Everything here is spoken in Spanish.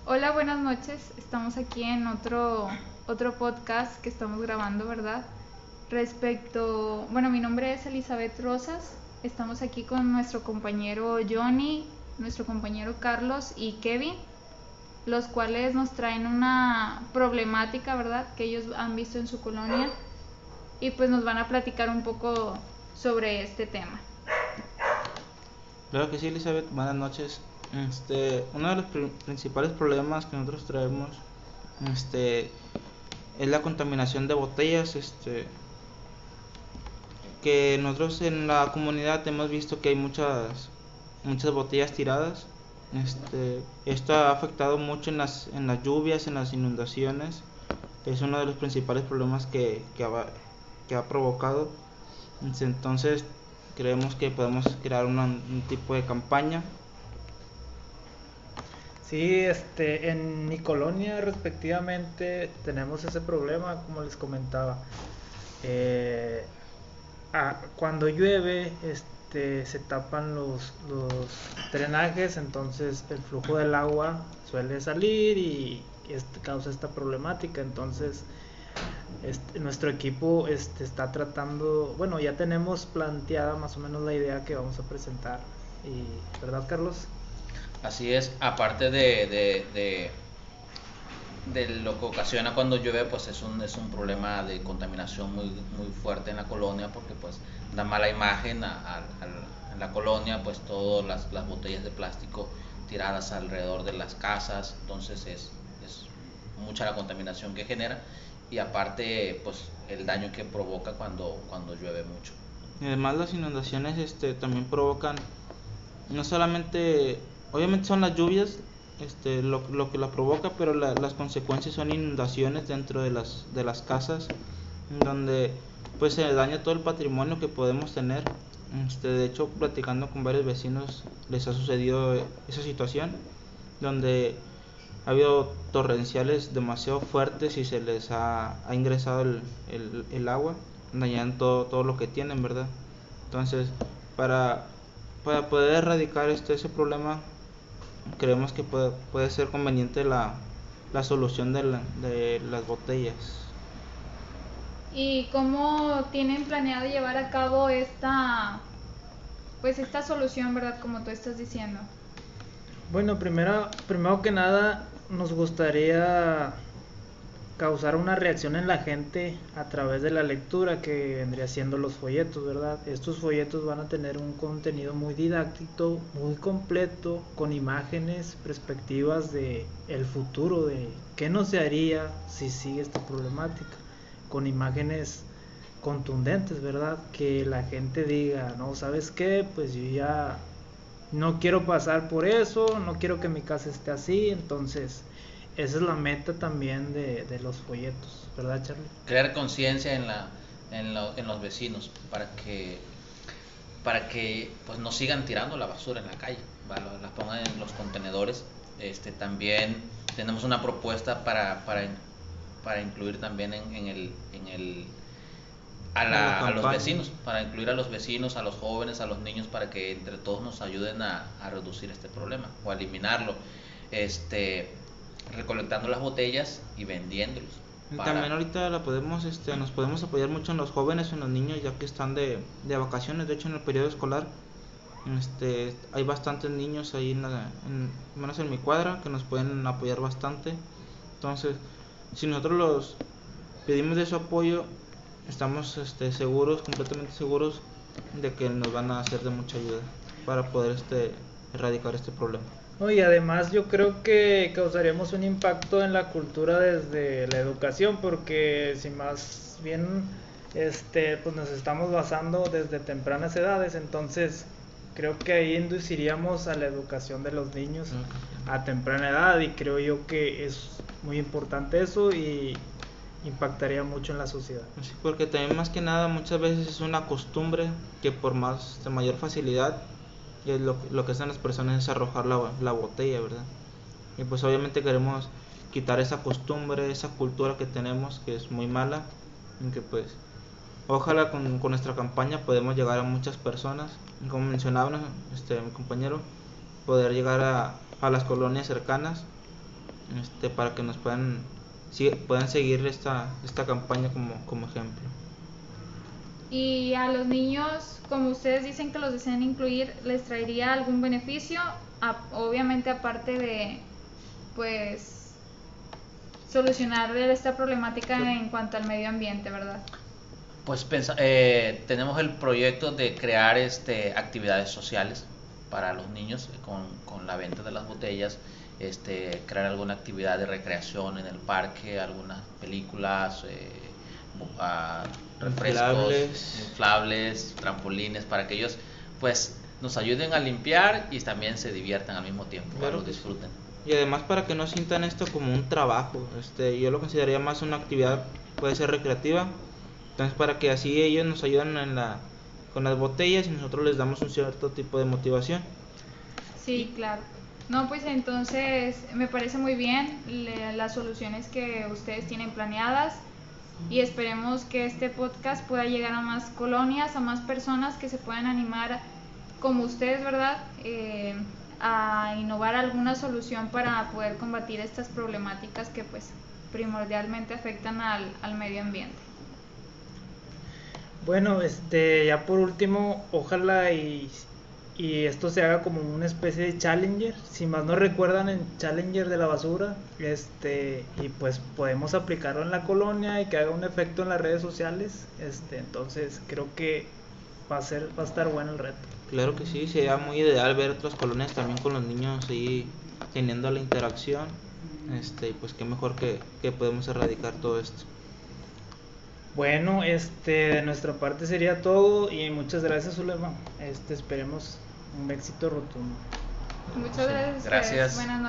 Hola, buenas noches. Estamos aquí en otro podcast que estamos grabando, ¿verdad? Mi nombre es Elizabeth Rosas. Estamos aquí con nuestro compañero Johnny, nuestro compañero Carlos y Kevin, los cuales nos traen una problemática, ¿verdad? Que ellos han visto en su colonia y pues nos van a platicar un poco sobre este tema. Claro que sí, Elizabeth, buenas noches. Uno de los principales problemas que nosotros traemos, este, es la contaminación de botellas, que nosotros en la comunidad hemos visto que hay muchas botellas tiradas. Esto ha afectado mucho en las lluvias, en las inundaciones. Es uno de los principales problemas que ha provocado. Entonces, creemos que podemos crear un tipo de campaña. Sí, en mi colonia respectivamente tenemos ese problema, como les comentaba. Eh, Cuando llueve, se tapan los drenajes, entonces el flujo del agua suele salir y causa esta problemática. Entonces, nuestro equipo está tratando, bueno, ya tenemos planteada más o menos la idea que vamos a presentar. ¿Verdad, Carlos? Así es, aparte de lo que ocasiona cuando llueve, pues es un problema de contaminación muy fuerte en la colonia, porque pues da mala imagen en la colonia, pues todas las botellas de plástico tiradas alrededor de las casas. Entonces es mucha la contaminación que genera, y aparte pues el daño que provoca cuando llueve mucho. Y además las inundaciones también provocan, no solamente, obviamente son las lluvias lo que la provoca, pero las consecuencias son inundaciones dentro de las casas, donde pues se daña todo el patrimonio que podemos tener. De hecho, platicando con varios vecinos les ha sucedido esa situación, donde ha habido torrenciales demasiado fuertes y se les ha ingresado el agua, dañando todo lo que tienen, ¿verdad? Entonces, para, para poder erradicar ese problema, creemos que puede ser conveniente la solución de las botellas. ¿Y cómo tienen planeado llevar a cabo esta solución, verdad, como tú estás diciendo? Bueno, primero que nada, nos gustaría causar una reacción en la gente a través de la lectura, que vendría siendo los folletos, ¿verdad? Estos folletos van a tener un contenido muy didáctico, muy completo, con imágenes, perspectivas de el futuro, de qué no se haría si sigue esta problemática, con imágenes contundentes, ¿verdad? Que la gente diga, no, ¿sabes qué? Pues yo ya no quiero pasar por eso, no quiero que mi casa esté así. Entonces esa es la meta también de los folletos, ¿verdad, Charlie? Crear conciencia en los vecinos, para que pues no sigan tirando la basura en la calle, ¿vale? La pongan en los contenedores. También tenemos una propuesta para incluir también En la a los campaña. vecinos, para incluir a los vecinos, a los jóvenes, a los niños, para que entre todos nos ayuden a reducir este problema o a eliminarlo, recolectando las botellas y vendiéndolos. También ahorita nos podemos apoyar mucho en los jóvenes, en los niños, ya que están de vacaciones. De hecho, en el periodo escolar, hay bastantes niños ahí menos en mi cuadra, que nos pueden apoyar bastante. Entonces, si nosotros los pedimos de su apoyo, estamos seguros, completamente seguros de que nos van a hacer de mucha ayuda para poder erradicar este problema. No, y además yo creo que causaríamos un impacto en la cultura desde la educación, porque si más bien pues nos estamos basando desde tempranas edades. Entonces creo que ahí induciríamos a la educación de los niños a temprana edad, y creo yo que es muy importante eso y impactaría mucho en la sociedad. Sí, porque también más que nada muchas veces es una costumbre que por más de mayor facilidad, y es lo que hacen las personas es arrojar la botella, ¿verdad? Y pues obviamente queremos quitar esa costumbre, esa cultura que tenemos, que es muy mala, y que pues ojalá con nuestra campaña podemos llegar a muchas personas, y como mencionaba mi compañero, poder llegar a las colonias cercanas para que nos puedan seguir esta campaña como ejemplo. Y a los niños, como ustedes dicen que los desean incluir, ¿les traería algún beneficio? Obviamente aparte de, pues, solucionar esta problemática en cuanto al medio ambiente, ¿verdad? Pues tenemos el proyecto de crear actividades sociales para los niños con la venta de las botellas, crear alguna actividad de recreación en el parque, algunas películas, refrescos, inflables, trampolines, para que ellos pues nos ayuden a limpiar y también se diviertan al mismo tiempo, claro, lo disfruten. Y además para que no sientan esto como un trabajo, yo lo consideraría más una actividad, puede ser recreativa, entonces para que así ellos nos ayuden con las botellas y nosotros les damos un cierto tipo de motivación. Sí, claro. No, pues entonces me parece muy bien las soluciones que ustedes tienen planeadas y esperemos que este podcast pueda llegar a más colonias, a más personas que se puedan animar como ustedes, ¿verdad? A innovar alguna solución para poder combatir estas problemáticas que pues primordialmente afectan al medio ambiente. Bueno, ya por último, ojalá y esto se haga como una especie de Challenger, si más no recuerdan, en Challenger de la basura, y pues podemos aplicarlo en la colonia y que haga un efecto en las redes sociales, entonces creo que va a estar bueno el reto. Claro que sí, sería muy ideal ver otras colonias también con los niños ahí teniendo la interacción, y pues qué mejor que podemos erradicar todo esto. Bueno, de nuestra parte sería todo y muchas gracias, Zulema. Esperemos un éxito rotundo. Muchas gracias. Gracias. Buenas noches.